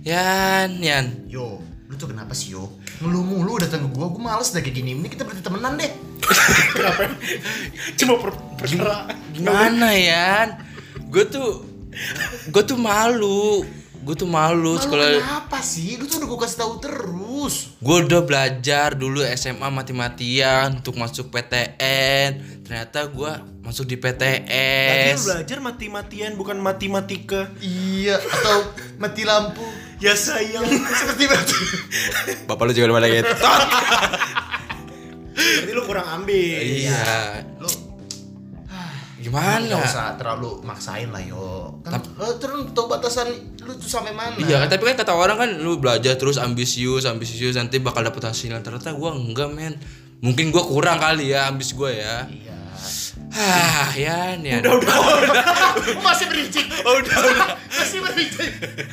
Yan. Yo, lu tuh kenapa sih yo? Ngeluh mulu datang ke gua males dah kayak gini. Ini kita berarti temenan deh. Kenapa? Cuma perkara. Gimana Yan? Gue tuh malu. Malu sekolah. kenapa sih? Lu tuh udah gua kasih tahu terus. Gue udah belajar dulu SMA mati-matian untuk masuk PTN. Ternyata gue masuk di Tadi lu PTS. belajar mati-matian bukan matematika. Iya, atau mati lampu. Ya sayang. Seperti berarti. Bapak lu juga udah gitu. Berarti lu kurang ambil. Iya. Lu Gimana? nggak usah terlalu maksain lah yo. Kan terus tahu batasan lu tuh sampai mana. Iya, tapi kan kata orang kan lu belajar terus ambisius nanti bakal dapet hasilnya. Ternyata gue enggak men. Mungkin gue kurang kali ya ambis gue ya. Iya. Yan. Udah. Masih berincing. Udah. Masih berincing.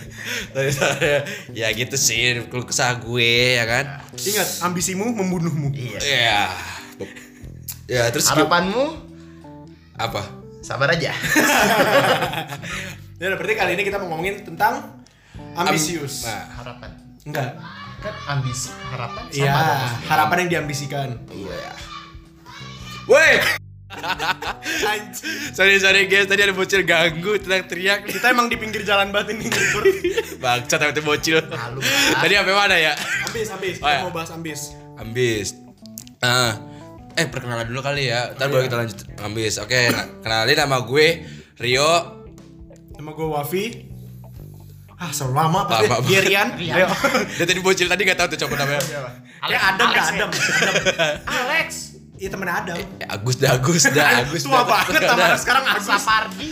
Ya gitu sih, keluh kesah gue ya kan. Ingat, ambisimu membunuhmu. Iya. Iya. Ya terus Harapanmu apa? sabar aja. Ya berarti kali ini kita mau ngomongin tentang ambisius. Nah, Harapan. Enggak. Kan ambisi, harapan sama Iya, dong maksudnya. harapan yang diambisikan. iya. Woi. Anjing. Sorry guys, tadi ada bocil ganggu, teriak. Kita emang di pinggir jalan banget ini ngukur. Bangsat sama itu bocil. Malu. Tadi sampai mana ya? Ambis. Oh, Kita ya. mau bahas ambis. Ambis. Perkenalan dulu kali ya. Ntar baru kita lanjut ambis. Oke, kenalin nama gue Rio. Nama gue Wafi. Selalu lama apa Lama sih? Rian. Ayo. Dia tadi bocil tadi gak tahu tuh coba namanya. Kayak Adam. Alex. Iya temen Adam. Agus dah. Tua banget namanya sekarang Agus. Sapardi.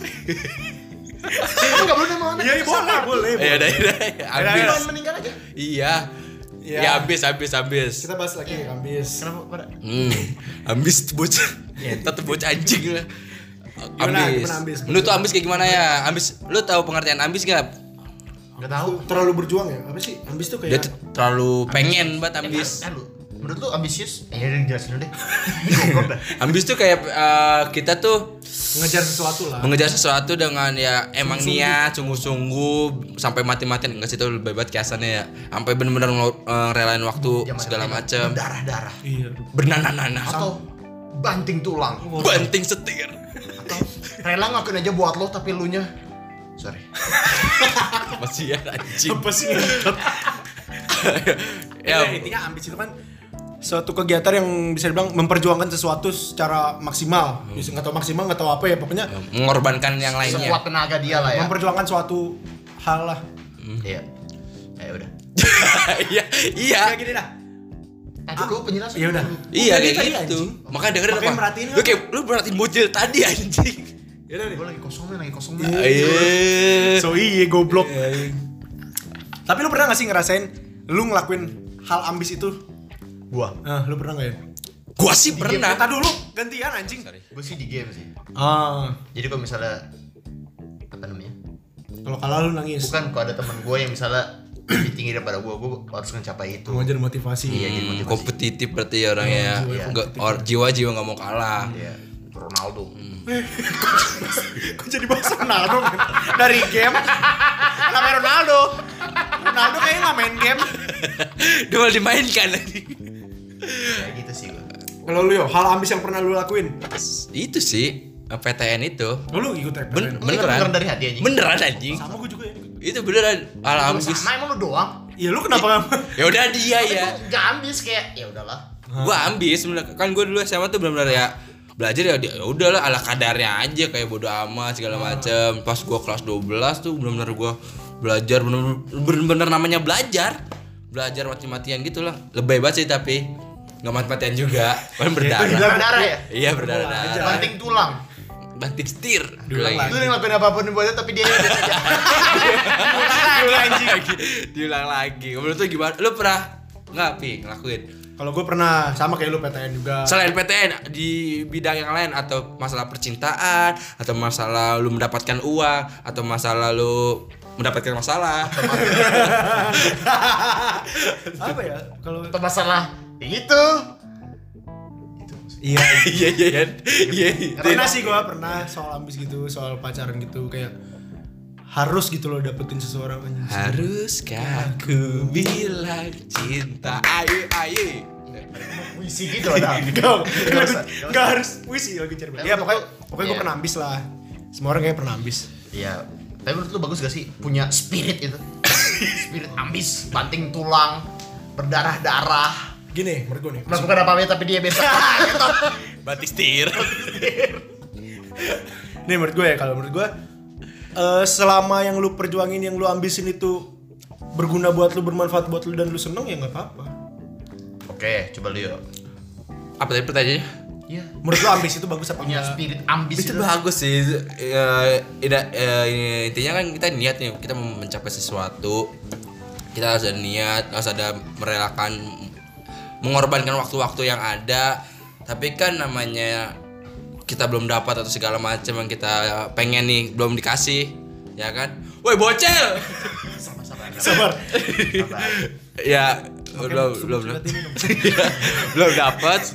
Enggak boleh nama anak. Iya boleh. Ya udah. Ambis. Jangan meninggal aja. Iya. Iya. Ya ambis. Kita bahas lagi ambis. Kenapa pada? Ambis tuh bocah. Ngentot tuh bocah anjing lah. Gimana ambis? Lu tuh ambis kayak gimana ya? Ambis, lu tahu pengertian ambis gak? Enggak tahu. Terlalu berjuang ya? Apa sih? Ambis tuh Dia kayak tuh terlalu pengen banget ambis. Lu menurut lu ambisius? Ya udah jelasin dulu deh. Ambis tuh kayak kita tuh ngejar sesuatu lah. mengejar sesuatu dengan ya emang niat sungguh-sungguh sampai mati-matian. Enggak sih, itu lebih banget kiasannya ya. Sampai bener-bener relain waktu segala macam. Darah-darah. Iya. Bernanah-nanah. Atau banting tulang. Banting setir. Atau rela ngakuin aja buat lo tapi lu nya sorry. Masih ya anjing. Apa sih? Ya, Intinya ambis itu kan suatu kegiatan yang bisa dibilang memperjuangkan sesuatu secara maksimal. Bisa nggak tahu maksimal, nggak tahu apa ya, pokoknya mengorbankan yang lainnya. Sekuat tenaga dia lah ya. memperjuangkan suatu hal lah. Iya. Ya udah. Iya. Kayak gini dah. Tadi lu penjelasan. Ya udah. Iya Tadi, kayak gitu. anjing. Makanya dengerin Makanya apa? merhatiin Lu kayak lu perhatiin bocil tadi anjing. Ya udah nih. Gue lagi kosongnya. Iya. So goblok. Tapi lu pernah gak sih ngerasain lu ngelakuin hal ambis itu? Gua. Lu pernah gak ya? Gua sih pernah. Kita dulu gantian anjing. Gue sih di game sih. Jadi kalau misalnya apa namanya? Kalau kalah lu nangis. Bukan kalau ada teman gue yang misalnya lebih tinggi daripada gue harus mencapai itu. Mengajar motivasi. Iya, jadi motivasi. Kompetitif berarti ya orangnya. Iya. Jiwa-jiwa nggak mau kalah. Iya. Ronaldo. Kok jadi bahas Ronaldo kan? Dari game. Namanya Ronaldo. Ronaldo kayaknya gak main game. Dia malah dimainkan. Ya gitu sih gue. Kalau lu yo, hal ambis yang pernah lu lakuin? Itu sih PTN itu. Lu ikut ya? Beneran dari hati anjing. Beneran anjing. Sama gue juga ya. Itu beneran ala ambis. Sama emang lu doang. Iya lu kenapa? Ya udah dia ya. Gak ambis kayak ya udahlah. Gua ambis kan gua dulu SMA tuh benar-benar ya belajar ya udahlah ala kadarnya aja kayak bodo amat segala macem. Pas gua kelas 12 tuh benar-benar gua belajar bener-bener namanya belajar mati-matian gitu lah. Lebay banget sih tapi nggak mati-matian juga, kan berdarah. Berdarah ya? Iya berdarah. Banting tulang. Banting setir. Diulang lagi. Lu yang ngelakuin apapun buatnya tapi dia yang biasa aja. Diulang lagi. Menurut lu gimana? Lu pernah nggak ngelakuin? Kalau gue pernah sama kayak lu PTN juga. Selain PTN di bidang yang lain atau masalah percintaan atau masalah lu mendapatkan uang atau masalah lu mendapatkan masalah. Apa ya? Kalau Atau masalah itu. iya. Iya. Pernah sih gue pernah soal ambis gitu, soal pacaran gitu kayak harus gitu loh dapetin seseorang anjing. Haruskah aku bilang cinta? Ayo. Puisi gitu ada. Enggak harus puisi lagi cerita. Ya pokoknya gue pernah ambis lah. Semua orang kayak pernah ambis. Iya. Tapi menurut lu bagus gak sih punya spirit itu? Spirit ambis, banting tulang, berdarah-darah. Gini, menurut gue nih. Melakukan apa-apa tapi dia bebas. Batistir. Nih menurut gue ya, kalau menurut gue selama yang lu perjuangin, yang lu ambisin itu berguna buat lu, bermanfaat buat lu dan lu seneng ya nggak apa-apa. Oke, coba lu yuk. Apa tadi pertanyaannya? Iya. Menurut lu ambis itu bagus apa Punya enggak? spirit ambis Itu bagus sih. Intinya kan kita niat nih, kita mau mencapai sesuatu. Kita harus ada niat, harus ada merelakan, mengorbankan waktu-waktu yang ada. Tapi kan namanya kita belum dapat atau segala macam yang kita pengen nih belum dikasih, ya kan? Woi bocel. Sabar. Ya belum dapat.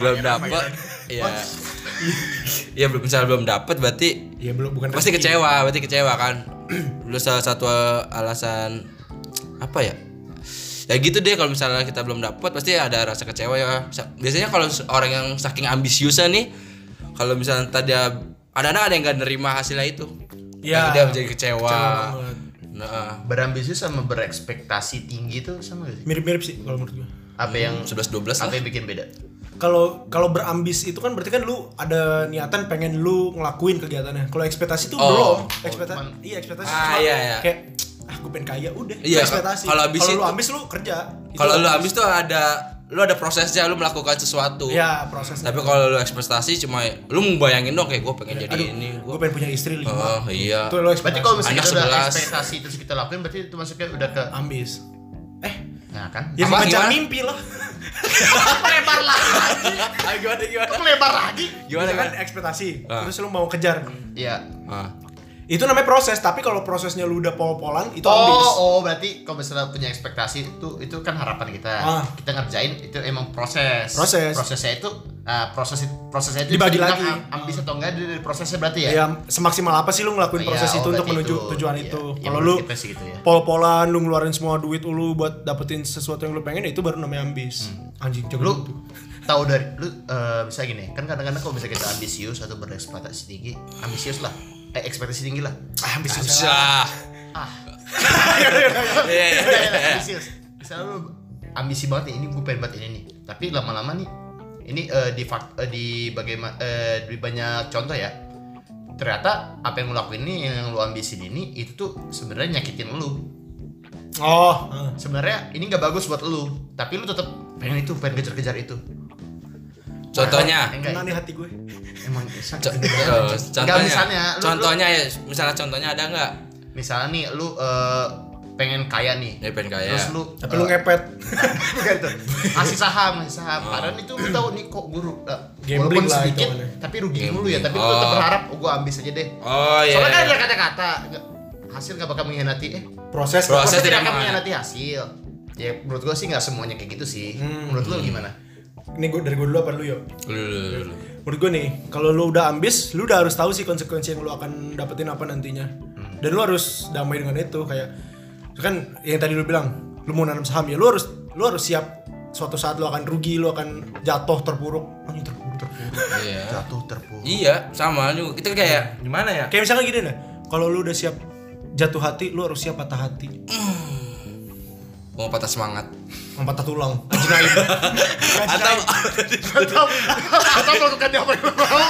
Ya misalnya belum dapat berarti Ya belum, bukan pasti rezeki. kecewa kan. Lu salah satu alasan apa ya? Ya gitu deh, kalau misalnya kita belum dapat pasti ada rasa kecewa ya. Biasanya kalau orang yang saking ambisiusnya nih, kalau misalnya tadi ada yang nggak nerima hasilnya itu, Ya, dia menjadi kecewa. banget. Nah, Berambisi sama berekspektasi tinggi itu sama gak sih? Mirip-mirip sih kalau menurut gue. Apa yang 11-12 apa lah. yang bikin beda? Kalau berambis itu kan berarti kan lu ada niatan pengen lu ngelakuin kegiatannya. Kalau ekspektasi tuh Oh. belum. cuman- Ekspektasi Ah, cuma iya. kayak gue pengen kaya udah. Iya, Itu ekspektasi. kalau ambisi Kalau lu itu- ambis lu kerja. Itu Kalau lu ambis tuh ada prosesnya, lu melakukan sesuatu. Ya prosesnya. Tapi kalau lu ekspektasi cuma lu membayangin dong kayak gue pengen jadi ini, gue pengen punya istri 5. Oh iya. Itu lo Berarti ekspektasi. kalau misalnya Anak kita udah 11. ekspektasi terus kita lakuin berarti itu masuknya udah ke ambis. nah kan? Ya Apa, mengejar gimana? mimpi lah. Lebar lagi. Gimana? Kok lebar lagi? Gimana Itu kan kan? ekspektasi. Ah. Terus lu mau kejar. Iya. Itu namanya proses, tapi kalau prosesnya lu udah pol-polan itu ambis. Berarti kalau misalnya punya ekspektasi itu kan harapan kita. Ah. Kita ngerjain itu emang proses. Proses. Prosesnya itu prosesnya itu Dibagi bisa lagi. dibilang ambis atau enggak dari prosesnya berarti ya? Ya semaksimal apa sih lu ngelakuin Iya, proses itu untuk berarti menuju itu. tujuan Iya. itu. Ya, Kalau menurut lu kita sih gitu ya. pol-polan, lu ngeluarin semua duit lu buat dapetin sesuatu yang lu pengen, itu baru namanya ambis. Anjing Lu jago gitu. tahu dari lu bisa gini kan kadang-kadang kalau misalnya kita ambisius atau berekspektasi tinggi, ambisius lah, ekspektasi tinggi lah. Ambis Bisa. Ya, ambisius. Misalnya lu ambisi banget nih, ini gue pengen banget ini nih. Tapi lama-lama nih, ini di banyak contoh ya. Ternyata apa yang lu lakuin ini, yang lu ambisin ini, itu tuh sebenarnya nyakitin lu. Oh, Sebenarnya ini nggak bagus buat lu, tapi lu tetap pengen itu, pengen kejar-kejar itu. Contohnya. Enggak, kena nih hati gue. emang Contohnya. misalnya, Contohnya ada nggak? misalnya nih lu pengen kaya nih. Ya pengen kaya. Terus lu Tapi lu ngepet. bukan tuh. Ngasih saham. Padahal itu lu tahu nih kok guru Gambling walaupun lah sedikit itu namanya. tapi rugi mulu ya, tapi lu Oh. tetap berharap gua ambis aja deh. Oh iya. Soalnya kan ada kata-kata hasil gak bakal mengkhianati Proses. Proses tidak tidak akan mengkhianati. mengkhianati hasil. Ya menurut gua sih nggak semuanya kayak gitu sih. Menurut lu gimana? Ini dari gue dulu apa lu yuk? Dulu. Menurut gue nih, kalau lu udah ambis, lu udah harus tahu sih konsekuensi yang lu akan dapetin apa nantinya. Dan lu harus damai dengan itu. Kayak kan yang tadi lu bilang, lu mau nanam saham ya, lu harus siap suatu saat lu akan rugi, lu akan jatuh terpuruk. Anjing terpuruk. Iya. Jatuh terpuruk. Iya, sama juga. Kita kayak gimana ya? Kayak misalnya gini deh, kalau lu udah siap jatuh hati, lu harus siap patah hati. Mau patah semangat. Mau patah tulang. Ajinain. Atau Atau melakukan apa yang lu mau.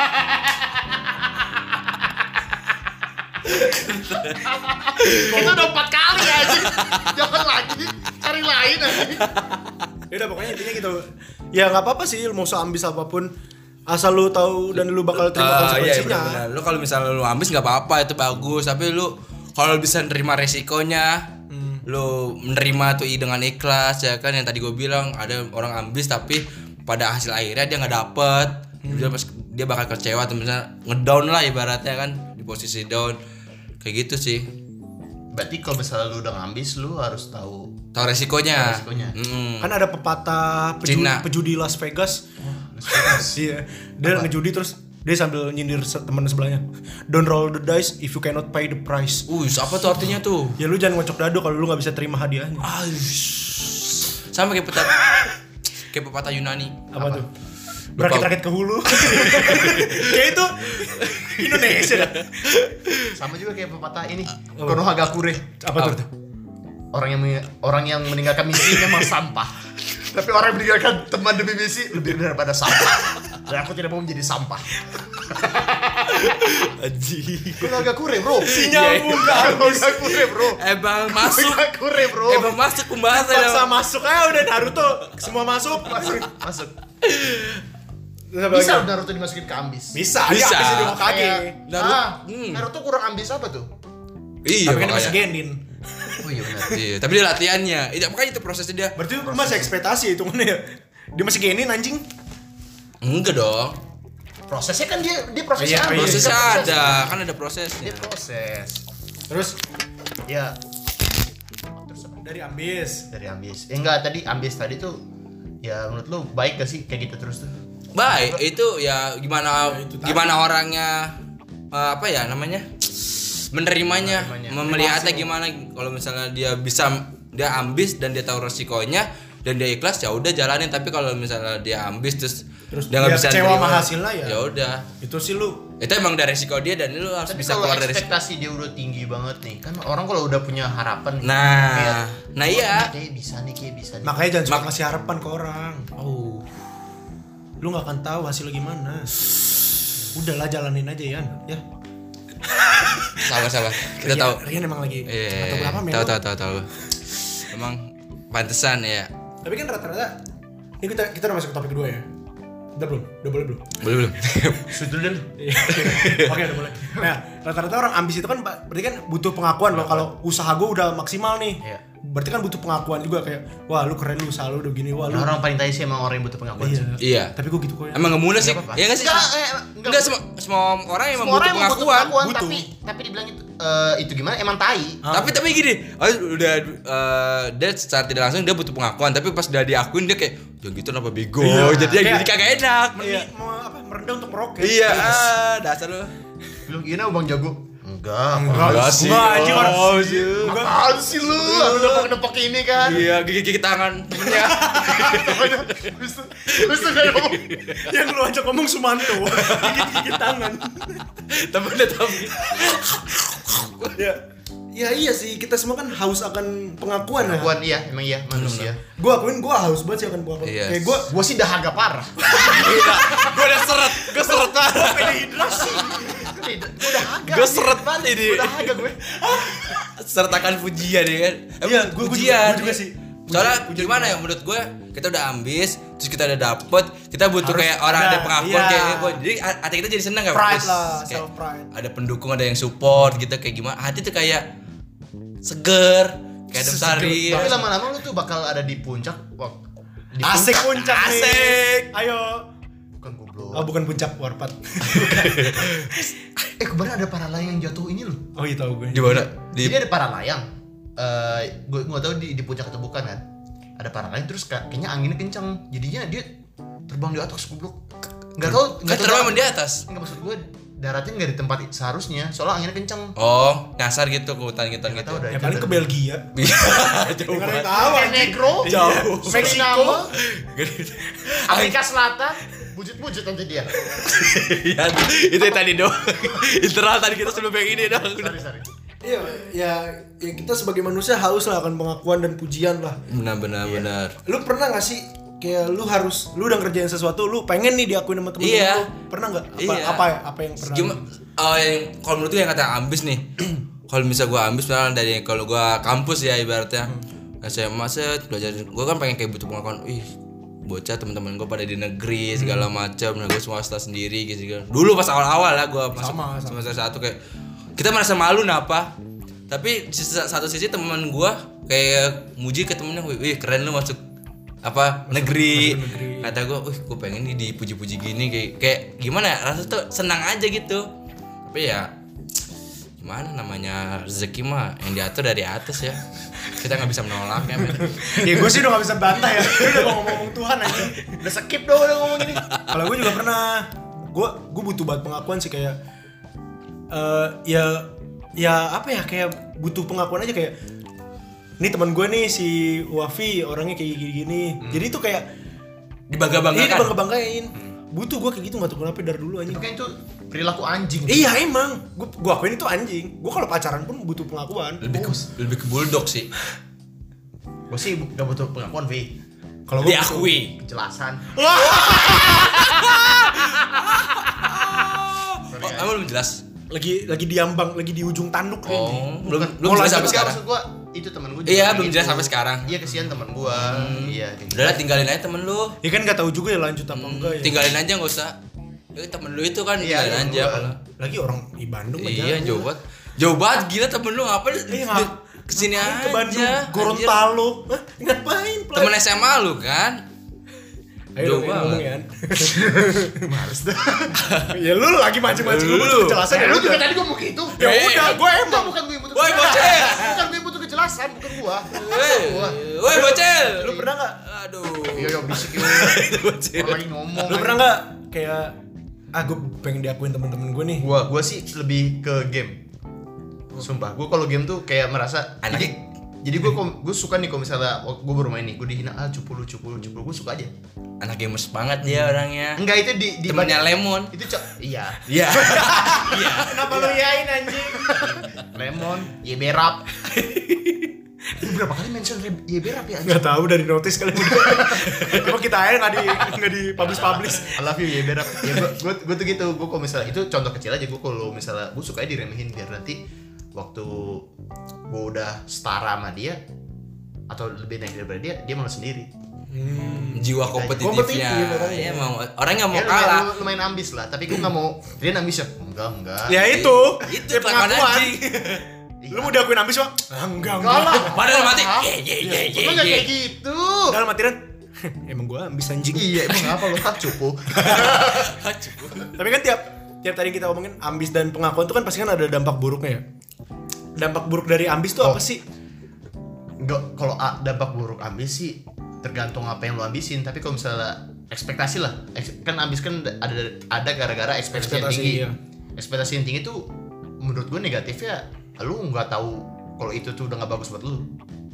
Itu udah 4 kali aja. Jangan lagi cari lain aja. Ya udah pokoknya intinya gitu. Ya nggak apa-apa sih, lu mau seambis apapun, asal lu tahu dan lu bakal terima konsekuensinya. Iya, benar. Lu kalau misalnya lu ambis nggak apa-apa, itu bagus. Tapi lu kalau bisa nerima resikonya, lu menerima tuh dengan ikhlas, ya kan, yang tadi gue bilang ada orang ambis tapi pada hasil akhirnya dia nggak dapet. Dia bakal kecewa atau misalnya ngedown lah ibaratnya kan, di posisi down kayak gitu sih. Berarti kalau misalnya lu udah ngambis, lu harus tahu Resikonya. resikonya. Kan ada pepatah Cina. pejudi Las Vegas. Iya. Dia ngejudi terus Dia sambil nyindir teman sebelahnya. Don't roll the dice if you cannot pay the price. Apa tuh artinya tuh? Ya lu jangan ngocok dado kalau lu nggak bisa terima hadiahnya. Sama kayak pepatah Yunani. Apa tuh? Berakit-rakit ke hulu. Kayak itu Indonesia dah. Sama juga kayak pepatah ini. Konohagakure. Apa tuh? Orang yang meninggalkan misi memang sampah. Tapi orang yang meninggalkan teman demi misi lebih daripada sampah. Dan aku tidak mau menjadi sampah. Anjing. Konohagakure, bro. Nyambung gak habis. Konohagakure, bro. Emang masuk. Konohagakure, bro. Emang masuk pembahasan. Paksa masuk aja udah Naruto. Semua masuk. Masuk. Terus Bisa Naruto dimasukin ke ambis. Bisa. Bisa. Dia di Hokage. Naruto kurang ambis apa tuh? Iya, Tapi kan dia masih makanya. genin. Oh iya benar. Iya, tapi dia latihannya. Makanya itu prosesnya dia. Berarti lu masih ekspektasi itu mana ya? Dia masih genin anjing. Enggak dong. Prosesnya kan dia prosesnya Iya, ambis. Prosesnya Dia proses. ada, kan ada prosesnya. Dia proses. Terus Ya. Terus apa? dari ambis. Dari ambis. Enggak, tadi ambis tadi tuh ya menurut lu baik gak sih kayak gitu terus tuh? Baik, itu ya gimana orangnya apa ya namanya? Menerimanya. Melihatnya gimana kalau misalnya dia ambis dan dia tahu resikonya dan dia ikhlas ya udah jalanin, tapi kalau misalnya dia ambis terus dia nggak dia bisa kecewa nerima, sama hasilnya ya. ya udah Itu sih lu itu emang dari resiko dia dan lu harus Tapi bisa kalau keluar dari resiko. ekspektasi dia udah tinggi banget nih, kan orang kalau udah punya harapan nih, Nah iya. kayak bisa nih. makanya jangan suka kasih harapan ke orang. Oh, Lu nggak akan tahu hasilnya gimana. Udahlah jalanin aja ya. sabar. Kita tahu. Rian emang lagi atau Iya, berapa men? tahu. Emang pantesan ya. Tapi kan rata-rata ini kita udah masuk ke topik kedua ya. Udah belum? Udah boleh belum? Belum. Sudul. Iya. Oke, udah boleh. Nah, rata-rata orang ambis itu kan berarti kan butuh pengakuan loh. Kalau usaha gue udah maksimal nih. Iya. Berarti kan butuh pengakuan juga kayak, wah lu keren lu, usaha lu udah gini, wah lu. Orang paling tai sih emang orang yang butuh pengakuan. Iya. Iya. Tapi gue gitu kok ya. Emang ngemunes sih. Apa-apa. Ya nggak sih? Enggak, Semua orang emang semua butuh orang emang butuh pengakuan. pengakuan, Butuh. tapi dibilang itu gimana? Emang tai. Tapi gini, udah dia secara tidak langsung dia butuh pengakuan, tapi pas udah diakuin dia kayak ya gitu kenapa bego. Iya. Jadi Kayak- kagak enak. Iya. Merendah untuk meroket. Iya, dasar lu. Lu gila Bang Jago. Enggak sih. Enggak, anjing orang. Apaan sih lu? Nepok-nepok ini kan. Iya, gigi tangan temennya. Terus tuh kayak ngomong. Yang lu ajak ngomong Sumanto. Gigit tangan. Temennya tapi. Ya iya sih, kita semua kan haus akan pengakuan ya. Pengakuan iya, emang iya manusia. Gue akuin gue haus banget sih akan pengakuan. Iya. Kayak gue Gua sih dahaga parah. Gue udah seret banget. Dehidrasi. Gua dahaga. Gue seret banget ini. Gua dahaga gue. Sertakan pujian ya kan. Iya, gua juga sih. Soalnya gimana ya menurut gue, kita udah ambis, terus kita udah dapet, kita butuh Harus kayak orang ada ada, pengakuan iya. kayak gue. Jadi hati kita jadi seneng gak? Pride lah, Kayak self pride. ada pendukung, ada yang support gitu kayak gimana. Hati tuh kayak seger, kayak adem sari. Tapi lama-lama lu tuh bakal ada di puncak. Di Asik puncak nih. Asik. Ayo. Bukan goblok. Oh bukan puncak warpat. Kemarin ada para layang yang jatuh ini loh. Oh iya tahu gue. Di mana? Jadi ada para layang. Gue nggak tahu di puncak atau bukan kan. Ada para layang terus kayaknya anginnya kencang. Jadinya dia terbang di atas goblok. Nggak tahu. Kan terbang di atas. Enggak, maksud gue daratnya nggak di tempat seharusnya. Soalnya anginnya kencang. Oh, nyasar gitu ke hutan-hutan Nggak gitu. tahu dah. Ya paling ke Belgia. Jauh Nggak ada yang banget. tahu. Montenegro, Jauh. Meksiko, Gitu. Afrika Selatan, bujut-bujut nanti dia. Ya, itu yang tadi dong. Internal tadi kita sebelum yang ini dong. Sorry. Iya, ya kita sebagai manusia haus lah akan pengakuan dan pujian lah. Benar. Lu pernah gak sih kayak lu udah ngerjain sesuatu, lu pengen nih diakuin sama temen-temen Iya. lu? Pernah nggak? Iya. Apa yang pernah? Gimana? Yang kalau menurut gue yang kata ambis nih. Kalau misal gue ambis misalnya dari kalau gue kampus ya ibaratnya. SMA set belajar, gue kan pengen kayak butuh pengakuan. Ih, bocah teman-teman gue pada di negeri segala macam. Nah gue swasta sendiri gitu. Dulu pas awal-awal lah gue masuk Sama. semester 1 kayak kita merasa malu napa. Tapi di satu sisi teman gue kayak muji ke temennya, wih keren lu masuk negeri. Kata gue, gue pengen nih dipuji-puji gini kayak gimana ya, rasa tuh senang aja gitu. Tapi ya gimana namanya rezeki mah yang diatur dari atas ya. Kita nggak bisa menolaknya men. Ya gue sih udah gak bisa bantah ya. Lu udah ngomong Tuhan aja. Udah skip dong udah ngomong ini. Kalau gue juga pernah gue butuh banget pengakuan sih kayak ya apa ya, kayak butuh pengakuan aja kayak ini teman gue nih si Wafi orangnya kayak gini. Jadi tuh kayak Dibangga-banggakan. Iya, dibangga-banggain. Butuh gue kayak gitu, nggak tahu kenapa dari dulu anjing. Itu kan itu perilaku anjing. Iya emang, gue akuin itu anjing. Gue kalau pacaran pun butuh pengakuan. Lebih ke bulldog sih. Gue sih gak butuh pengakuan, Vi. Kalau gue Diakui. Kejelasan. Oh, kamu belum jelas. lagi diambang, lagi di ujung tanduk nih. Belum jelas sampai sekarang. Maksud gua itu teman gua. Iya, belum jelas sampai sekarang. Iya, kesian teman gua. Iya, kayak gitu. Udahlah tinggalin aja temen lu. Ya kan nggak tahu juga ya lanjut apa enggak ya. Tinggalin aja nggak usah. Ya, temen lu itu kan Iya, tinggalin temen aja gua. kalau. Lagi orang di Bandung aja. Iya, jauh banget. Jauh banget gila temen lu ngapain? Kesini Ngapain aja. ke Bandung, Gorontalo. Hah? Ngapain? Play? Temen SMA lu kan? Ayo Jauh dong, ngomong banget. ya. Males dah. Ya lu lagi mancing-mancing Lu. lu kejelasan ya Lu juga udah. tadi ngomong gitu. Ya udah, gue emang Bukan gue yang butuh. Woi, kejelasan. bocil. Bukan gue yang butuh kejelasan, bukan gua. Woi bocil. Lu pernah nggak? Aduh. Iya, bisik yuk. Bocil. Orang lagi ngomong. Lu pernah nggak kayak gue pengen diakuin temen-temen gue nih. Gua sih lebih ke game. Sumpah, gua kalau game tuh kayak merasa jadi gue suka nih kalau misalnya gue baru main nih, gue dihina cupu lu, gue suka aja. Anak gamers banget dia orangnya. Enggak, itu di Temennya Lemon. itu iya. Iya. Kenapa lu yain anjing? Lemon, Yeberap. Lu berapa kali mention Yeberap ya? Nggak tahu dari notice kali udah. Cuma kita aja nggak di publish. I love you Yeberap. Ya gue tuh gitu, gue kalau misalnya itu contoh kecil aja, gue kalau misalnya gue suka diremehin biar nanti waktu gue udah setara sama dia atau lebih naik daripada dia malah sendiri. Jiwa kompetitifnya. Kompetitif orangnya. Iya mau orang nggak mau Ya, kalah. lumayan ambis lah, tapi gue nggak mau. Dia ambis ya? Enggak. Ya itu Itu ya kelakuan anjing. Lu mau diakuin ambis wah? Enggak. Padahal mati. Gue nggak kayak gitu. Dalam matiran. Emang gua ambis anjing. Iya, emang apa lu cupu? Tapi kan tiap tadi kita ngomongin ambis dan pengakuan tuh kan pasti kan ada dampak buruknya ya. Dampak buruk dari ambis tuh apa sih? Enggak, kalau dampak buruk ambis sih tergantung apa yang lu ambisin. Tapi kalau misalnya ekspektasi lah, kan ambis kan ada gara-gara ekspektasi yang tinggi. Iya. Ekspektasi yang tinggi tuh menurut gue negatifnya, lu nggak tahu kalau itu tuh udah nggak bagus buat lu.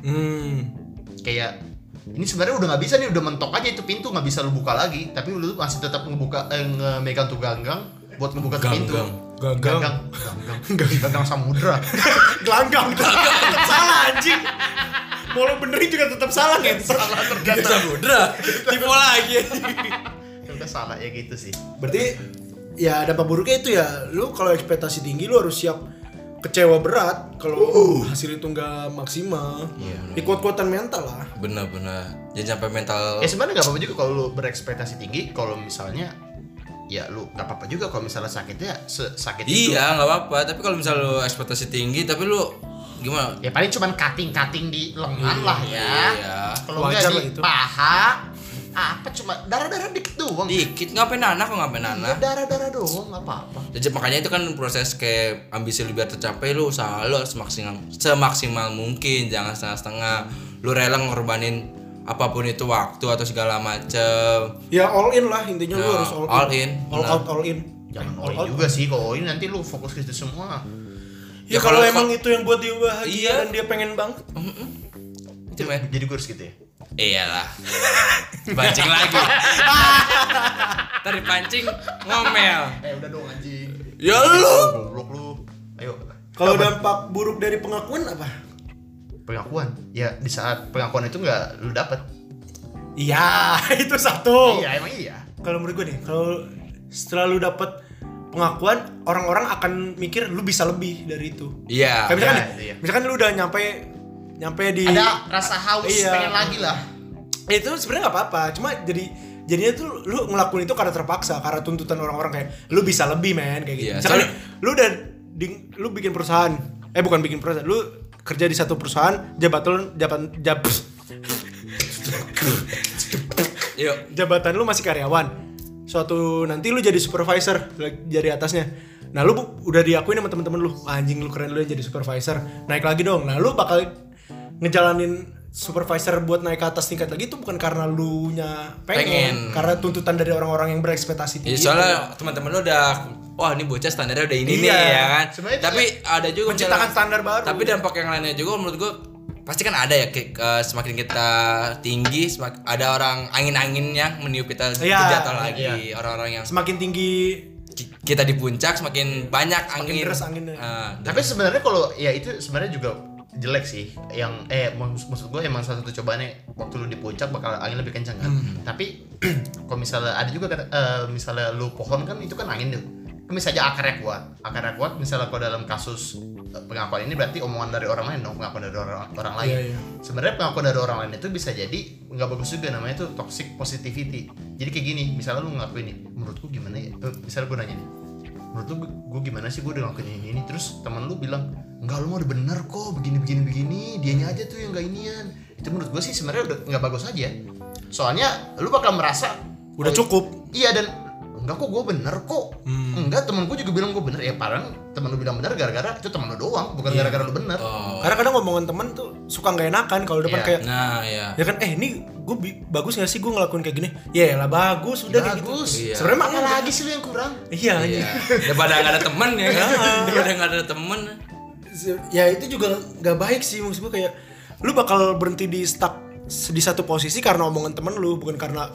Kayak ini sebenarnya udah nggak bisa nih, udah mentok aja itu pintu, nggak bisa lu buka lagi, tapi lu masih tetap ngebuka ngemegang tuh ganggang buat ngebuka tuh pintu. Ganggang samudra. Gelanggang tetap salah anjing. Mau lu benerin juga tetap salah kan? Salah ternyata. Samudra. Tipe lagi. Udah salah ya gitu sih. Berarti ya dampak buruknya itu ya lu kalau ekspektasi tinggi lu harus siap kecewa berat kalau hasil itu nggak maksimal. Iya. Di kuat-kuatan mental lah. Benar-benar. Jangan sampai mental. Ya sebenarnya nggak apa-apa juga kalau lu berekspektasi tinggi, kalau misalnya ya lu nggak apa-apa juga kalau misalnya sakitnya sakit itu. Iya nggak apa-apa. Tapi kalau misalnya lu ekspektasi tinggi, tapi lu gimana? Ya paling cuman cutting di lengan lah ya. Iya. Kalau Wajar nggak lah di itu. paha, apa cuma darah dikit doang. Dikit ngapain anak kok ngapain anak? Darah doang nggak apa-apa. Jadi makanya itu kan proses kayak ambisi lu biar tercapai, lu usaha lu harus semaksimal mungkin, jangan setengah-setengah. Lu rela ngorbanin apapun itu waktu atau segala macem. Ya all in lah intinya lu Ya, harus all in. All Benar. out all in. Jangan all in juga sih, kalau all in nanti lu fokus ke itu semua. Ya, Ya, kalau kalau- emang itu yang buat dia bahagia Iya. dan dia pengen banget. Itu men. Jadi gue harus gitu ya. Iyalah. Pancing lagi. Tadi pancing ngomel. Udah dong anjing. Ya lu. Goblok lu. Ayo. Kalau dampak buruk dari pengakuan apa? Pengakuan. Ya di saat pengakuan itu nggak lu dapet. Iya, itu satu. Iya emang iya. Kalau menurut gue nih, kalau setelah lu dapet pengakuan, orang-orang akan mikir lu bisa lebih dari itu. Iya. Kayak misalkan, iya, nih, iya. misalkan lu udah nyampe di Ada rasa haus Iya. pengen lagi lah. itu sebenarnya nggak apa-apa, cuma jadinya tuh lu ngelakuin itu karena terpaksa, karena tuntutan orang-orang kayak lu bisa lebih men kayak gitu. Iya, Misalkan soalnya- nih, lu bikin perusahaan, bukan bikin perusahaan, lu kerja di satu perusahaan, jabatan lu masih karyawan. Suatu nanti lu jadi supervisor dari atasnya. Nah, lu udah diakuin sama temen-temen lu. Anjing lu keren, lu yang jadi supervisor. Naik lagi dong. Nah, lu bakal ngejalanin supervisor buat naik ke atas tingkat lagi itu bukan karena lu nya Pengen. karena tuntutan dari orang-orang yang berekspektasi Ya, tinggi. soalnya teman-teman lu udah wah ini bocah standarnya udah ini nih Iya. ya kan. Sebenarnya Tapi ada juga menciptakan misalnya- standar baru. Tapi dampak yang lainnya juga menurut gua pasti kan ada ya semakin kita tinggi ada orang angin-angin yang meniup kita Iya, jatuh lagi. Orang-orang yang semakin tinggi kita di puncak semakin banyak angin. deras anginnya. Tapi sebenarnya kalau ya itu sebenarnya juga jelek sih. Yang maksud gue emang salah satu cobaannya waktu lu di puncak bakal angin lebih kencang kan. Tapi kalau misalnya ada juga kan misalnya lu pohon kan itu kan angin tuh. Misalnya akarnya kuat misalnya kalau dalam kasus pengakuan ini berarti omongan dari orang lain dong, pengakuan dari orang lain. Iya. Sebenarnya pengakuan dari orang lain itu bisa jadi nggak bagus juga, namanya itu toxic positivity. Jadi kayak gini, misalnya lu ngakuin nih, menurutku gimana ya? Misalnya gue nanya nih, menurut lu gue gimana sih gue udah ngelakuin ini, terus teman lu bilang enggak, lu mau udah bener kok begini, dianya aja tuh yang nggak inian. Itu menurut gue sih sebenarnya udah nggak bagus aja. Soalnya lu bakal merasa udah cukup. iya, dan enggak kok gue bener kok. Enggak, temen gue juga bilang gue bener. Ya padahal temen lu bilang bener gara-gara itu temen lu doang, bukan gara-gara lu bener. Karena kadang ngomongan teman tuh suka nggak enakan kalau depan Iya. kayak Nah, ya. ya kan ini gue bagus nggak sih gue ngelakuin kayak gini? Ya lah bagus udah kayak gitu. Bagus. Iya. Sebenarnya mah Apa lagi sih lu yang kurang? Iya. Iya. Daripada nggak ada temen ya kan. Daripada nggak ada temen. Ya itu juga nggak baik sih, maksud gue kayak lu bakal berhenti di stuck di satu posisi karena omongan temen lu, bukan karena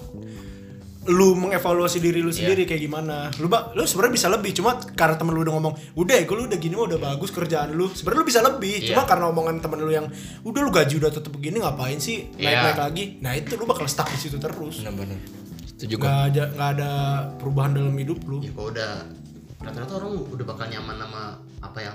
lu mengevaluasi diri lu sendiri kayak gimana. Lu sebenarnya bisa lebih, cuma karena temen lu udah ngomong udah lu udah gini mah udah bagus kerjaan lu, sebenarnya lu bisa lebih. Cuma karena omongan temen lu yang udah lu gaji udah tetep begini ngapain sih naik lagi, nah itu lu bakal stuck di situ terus. Benar-benar. Setuju kok. Nggak ada perubahan dalam hidup lu. Ya kalau udah rata-rata orang udah bakal nyaman sama apa yang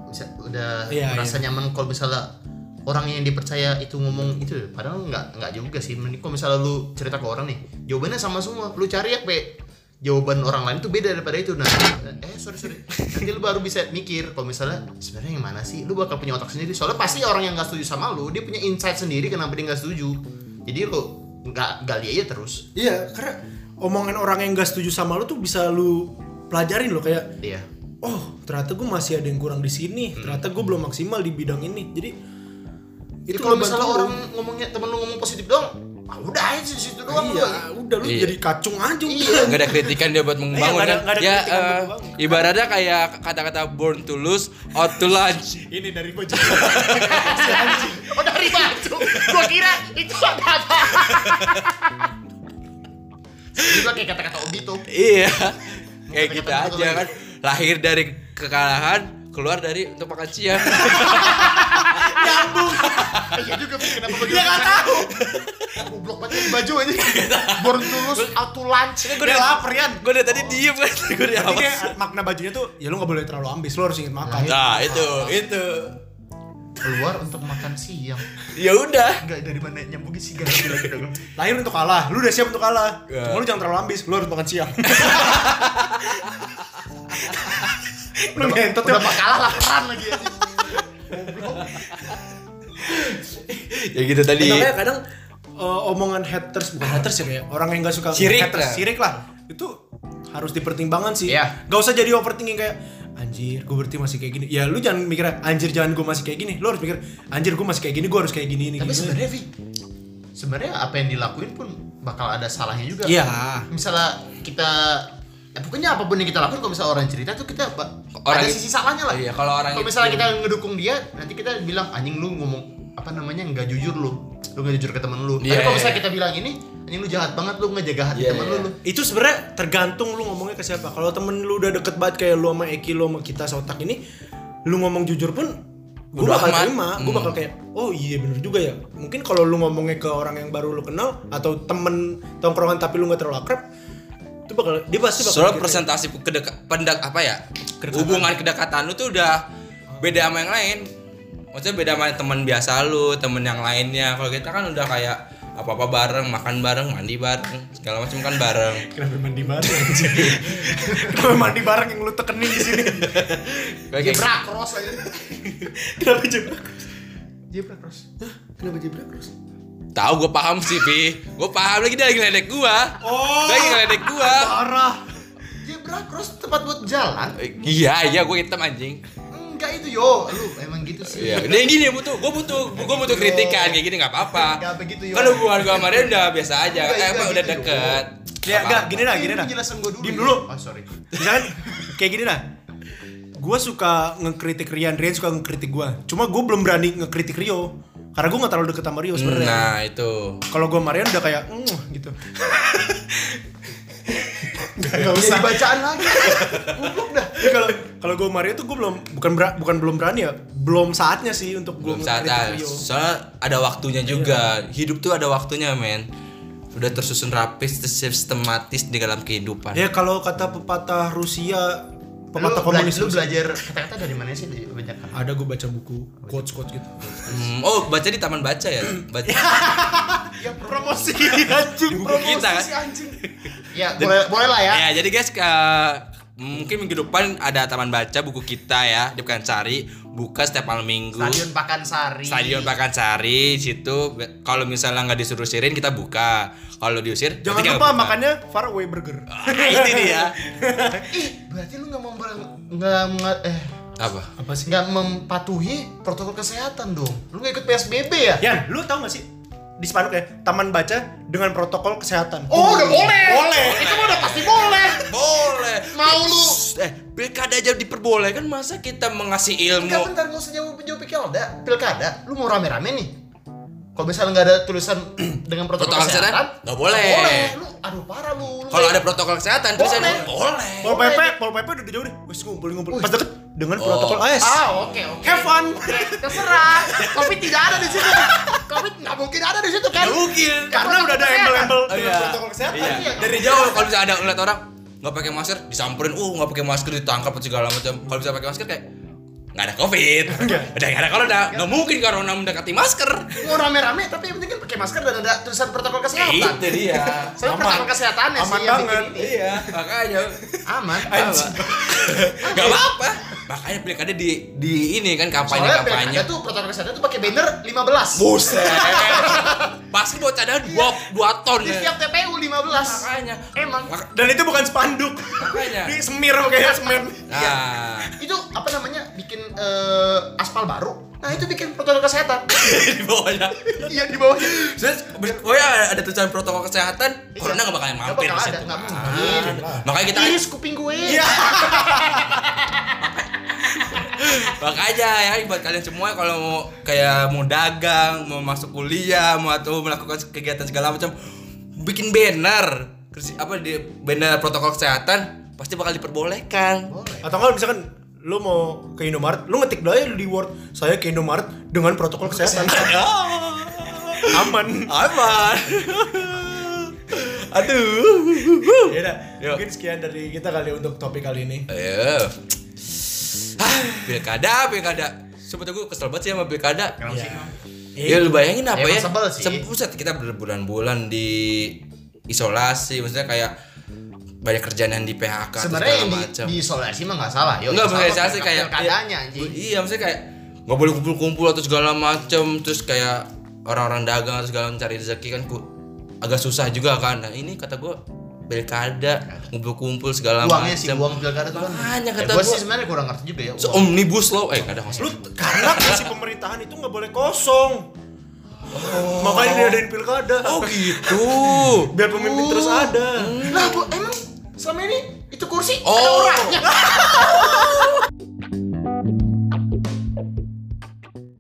udah Iya, merasa nyaman kalau misalnya orang yang dipercaya itu ngomong itu, padahal nggak juga sih. Mending kalau misalnya lu cerita ke orang nih, jawabannya sama semua, lu cari ya jawaban orang lain tuh beda daripada itu. Nah, sorry nanti lu baru bisa mikir kalau misalnya sebenarnya yang mana sih, lu bakal punya otak sendiri. Soalnya pasti orang yang nggak setuju sama lu, dia punya insight sendiri kenapa dia nggak setuju. Jadi lu nggak gali aja terus. Iya, karena omongan orang yang gak setuju sama lu tuh bisa lu pelajarin lo kayak Iya. oh ternyata gue masih ada yang kurang di sini, ternyata gue belum maksimal di bidang ini. Jadi Itu kalau ngebantu misalnya lu. orang ngomongnya, temen lu ngomong positif doang, udah aja di situ doang. iya, udah lu Iya. jadi kacung aja udah. Iya. Nggak ada kritikan dia buat membangun nggak ada- kan. nggak ada Ya kritikan buat membangun. ibaratnya kayak kata-kata born to lose, out to lunch. Ini dari baju. Oh, dari baju. Gua kira itu apa? Juga kayak kata-kata Obito. Iya. Kayak gitu Kata-kata aja kan. Lahir dari kekalahan, keluar dari untuk makan siang. Iya juga, kenapa baju? Dia enggak tahu. Goblok banget ini baju aja. Born to lose, out to lunch. Gue udah lapar Yan. Gue dari tadi diem kan. Gue udah Jadi apa? kayak makna bajunya tuh ya lu gak boleh terlalu ambis, lu harus inget makan. Nah, itu. Keluar untuk makan siang. Ya udah. Enggak, dari mana nyambungin sih lagi dong. Lahir untuk kalah, lu udah siap untuk kalah. Ya. Cuma lu jangan terlalu ambis, lu harus makan siang. Lu ngentot Udah ya. bakalan laparan lagi aja. Ya gitu tadi. Makanya kadang omongan haters, bukan haters ya, kayak orang yang gak suka Sirik haters, lah. sirik lah. Itu harus dipertimbangkan sih. Iya. Gak usah jadi overthinking kayak anjir gue berarti masih kayak gini. Ya lu jangan mikir anjir jangan gue masih kayak gini. Lu harus mikir anjir gue masih kayak gini, gue harus kayak gini ini. Tapi gini. sebenarnya Vi, sebenarnya apa yang dilakuin pun bakal ada salahnya juga. Iya. Misalnya kita pokoknya apapun yang kita lakukan, kalau misalnya orang cerita tuh kita Orang- ada sisi salahnya lah. Iya, kalau orang kalau misalnya kita ngedukung dia, nanti kita bilang anjing lu ngomong apa namanya nggak jujur lu nggak jujur ke temen lu. Iya, Tapi kalau iya. misalnya kita bilang ini anjing lu jahat banget, lu ngejaga hati Iya, temen iya. lu. Itu sebenarnya tergantung lu ngomongnya ke siapa. Kalau temen lu udah deket banget kayak lu sama Eki, lu sama kita Sotak ini, lu ngomong jujur pun gue Bodo bakal amat. terima. Gue bakal kayak oh iya bener juga ya. Mungkin kalau lu ngomongnya ke orang yang baru lu kenal atau temen tongkrongan tapi lu nggak terlalu akrab, itu bakal dia pasti bakal soal mikir, presentasi hubungan kedekatan lu tuh udah beda sama yang lain. Maksudnya beda sama teman biasa lu, temen yang lainnya. Kalau kita kan udah kayak apa-apa bareng, makan bareng, mandi bareng, segala macam kan bareng. kenapa mandi bareng anjing? Kenapa mandi bareng yang lu tekenin di sini? Kayak Zebra cross aja. Kenapa jebrak? Zebra cross. Kenapa jebrak terus? tahu gue paham sih, Pi. Gue paham lagi dia lagi ngeledek gua. Oh. Dia lagi ngeledek gua. Parah. Zebra cross tempat buat jalan. Iya, gue hitam anjing. enggak itu yo. Lu emang gitu sih. Iya, dia gini gue butuh kritikan kayak gini nggak apa-apa. Enggak begitu yo. Kan hubungan gue sama dia udah biasa aja, Enggak udah gitu, deket. Ya enggak, gini dah. Penjelasan gua dulu. Diem ya. dulu. Oh, sorry. Misalkan kayak gini dah. Gue suka ngekritik Rian suka ngekritik gue. Cuma gue belum berani ngekritik Rio. Karena gue gak terlalu deket sama Rio sebenarnya. Nah itu. Kalau gue Marian udah kayak gitu. Enggak usah bacaan lagi. Goblok dah. Ya kalau gue Mario tuh gue bukan belum berani ya. Belum saatnya sih untuk gue Belum saatnya. ngekritik Rio. Soalnya ada waktunya juga. Hidup tuh ada waktunya, men. Udah tersusun rapi, sistematis di dalam kehidupan. Ya kalau kata pepatah Rusia, pepatah Lu komunis lu Rusia. belajar kata-kata dari mana sih banyak kan? Ada gue baca buku quotes gitu. Oh, baca di taman baca ya? Baca. Ya Promosi anjing. Buku kita kan? anjing. Ya, boleh lah ya. Ya, jadi guys, mungkin minggu depan ada taman baca buku kita ya di Pekansari, buka setiap malam minggu. Stadion Pakansari. Pakansari situ. Kalau misalnya nggak disuruh sirin kita buka. Kalau diusir Jangan berarti lupa nggak buka. makannya Far Away Burger. Itu dia. Berarti lu enggak Apa? Apa sih? nggak mematuhi protokol kesehatan dong. Lu nggak ikut PSBB ya? Yan, lu tahu gak sih di spanduk ya taman baca dengan protokol kesehatan? Oh, udah boleh. Boleh. Itu mah udah pasti boleh. Boleh. Mau lu? Pilkada aja diperbolehkan, masa kita mengasih ilmu? Enggak, bentar, nggak usah jauh pilkada. Lu mau rame-rame nih? Kalau misalnya nggak ada tulisan dengan protokol kesehatan, nggak boleh. Lu, aduh parah lu. Kalau ada protokol kesehatan tulisannya boleh. Pol PP udah jauh deh. Wes ngumpul. Pas deket dengan protokol AS. Oke. Have fun. Terserah. Covid tidak ada di situ. Covid nggak mungkin ada di situ kan? Nggak mungkin. Karena udah ada embel-embel Oh, dengan iya. protokol kesehatan. Iya. Dari jauh kalau misalnya ada ngeliat orang nggak pakai masker, disamperin, nggak pakai masker ditangkap atau segala macam. Kalau bisa pakai masker kayak nggak ada covid, udah nggak ada corona, nggak mungkin corona mendekati masker. Mau rame-rame tapi yang penting kan pakai masker dan ada tulisan protokol kesehatan. Itu dia. Soalnya Aman. protokol kesehatannya Aman sih yang banget. bikin ini. Iya, makanya Aman. nggak apa-apa. Makanya pilkada di ini kan Soalnya kampanye. pilkada tuh protokol kesehatan tuh pakai banner 15. Buset. Pasti buat cadangan 2 ton. Di ya. setiap TPU 15. Makanya. Emang Dan itu bukan spanduk. Makanya. Di semir kayak semen. Nah, itu apa namanya? Bikin aspal baru. Nah, itu bikin protokol kesehatan. di bawahnya. Iya, di bawahnya. Terus pokoknya ada tulisan protokol kesehatan, corona nggak bakalan mampir Nggak di bakal situ. ada, nggak mungkin. Makanya kita Iris kuping gue. Iya. makanya ya buat kalian semua kalau mau dagang, mau masuk kuliah, mau atau melakukan kegiatan segala macam, bikin banner di banner protokol kesehatan pasti bakal diperbolehkan. Atau kalau misalkan lu mau ke Indomaret, lu ngetik dulu aja di Word, saya ke Indomaret dengan protokol kesehatan. Aman. Aduh. Ya udah, Yuk. mungkin sekian dari kita kali untuk topik kali ini. Ayo. Pilkada. Sebetulnya gue kesel banget sih sama pilkada. Ya lu bayangin apa Emang ya? sebel sih. Buset, kita berbulan-bulan di isolasi, maksudnya kayak banyak kerjaan yang di PHK atau Sebenarnya segala yang macam. di isolasi mah nggak salah. Yo, Enggak yang salah isolasi kayak pilkadanya anjing. Iya, maksudnya kayak nggak boleh kumpul-kumpul atau segala macam, terus kayak orang-orang dagang atau segala mencari rezeki kan agak susah juga kan. Nah, ini kata gue pilkada, ngumpul-kumpul segala macam. Uangnya sih, uang pilkada tuh kan. Makanya kata gue gua. sih sebenarnya kurang ngerti juga ya. So, omnibus law, kadang Lu karena kursi pemerintahan itu nggak boleh kosong. Makanya diadain pilkada. Oh gitu. Biar pemimpin terus ada. Lah, emang selama ini itu kursi Oh. ada orangnya.